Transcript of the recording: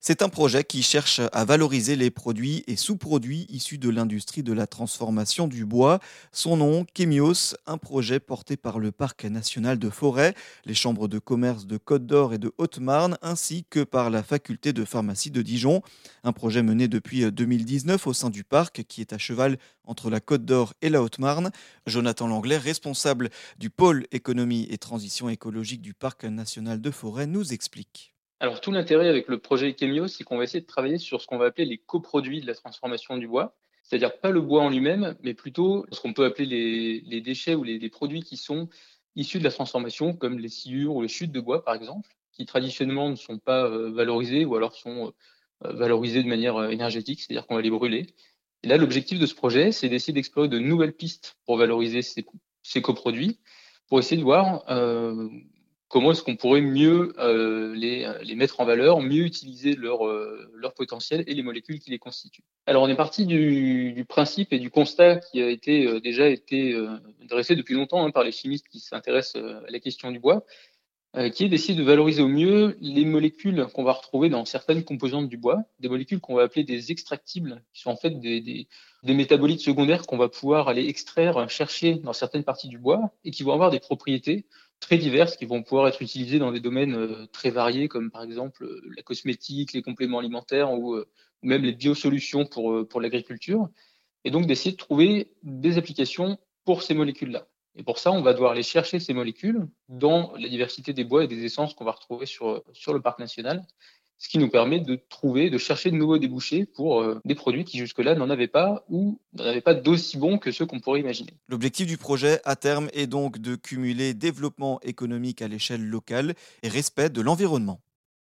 C'est un projet qui cherche à valoriser les produits et sous-produits issus de l'industrie de la transformation du bois. Son nom, Kémios, un projet porté par le Parc national de Forêt, les chambres de commerce de Côte d'Or et de Haute-Marne, ainsi que par la faculté de pharmacie de Dijon. Un projet mené depuis 2019 au sein du parc, qui est à cheval entre la Côte d'Or et la Haute-Marne. Jonathan Langlais, responsable du pôle économie et transition écologique du Parc national de Forêt, nous explique. Alors, tout l'intérêt avec le projet Chemio, c'est qu'on va essayer de travailler sur ce qu'on va appeler les coproduits de la transformation du bois. C'est-à-dire pas le bois en lui-même, mais plutôt ce qu'on peut appeler les déchets ou les produits qui sont issus de la transformation, comme les sciures ou les chutes de bois, par exemple, qui traditionnellement ne sont pas valorisés ou alors sont valorisés de manière énergétique, c'est-à-dire qu'on va les brûler. Et là, l'objectif de ce projet, c'est d'essayer d'explorer de nouvelles pistes pour valoriser ces coproduits, pour essayer de voir comment est-ce qu'on pourrait mieux les mettre en valeur, mieux utiliser leur potentiel et les molécules qui les constituent. Alors, on est parti du principe et du constat qui a déjà été dressé depuis longtemps par les chimistes qui s'intéressent à la question du bois, qui est d'essayer de valoriser au mieux les molécules qu'on va retrouver dans certaines composantes du bois, des molécules qu'on va appeler des extractibles, qui sont en fait des métabolites secondaires qu'on va pouvoir aller extraire, chercher dans certaines parties du bois, et qui vont avoir des propriétés très diverses, qui vont pouvoir être utilisées dans des domaines très variés, comme par exemple la cosmétique, les compléments alimentaires ou même les biosolutions pour l'agriculture, et donc d'essayer de trouver des applications pour ces molécules-là. Et pour ça, on va devoir aller chercher ces molécules dans la diversité des bois et des essences qu'on va retrouver sur le parc national, ce qui nous permet de chercher de nouveaux débouchés pour des produits qui jusque-là n'en avaient pas ou n'en avaient pas d'aussi bons que ceux qu'on pourrait imaginer. L'objectif du projet, à terme, est donc de cumuler développement économique à l'échelle locale et respect de l'environnement.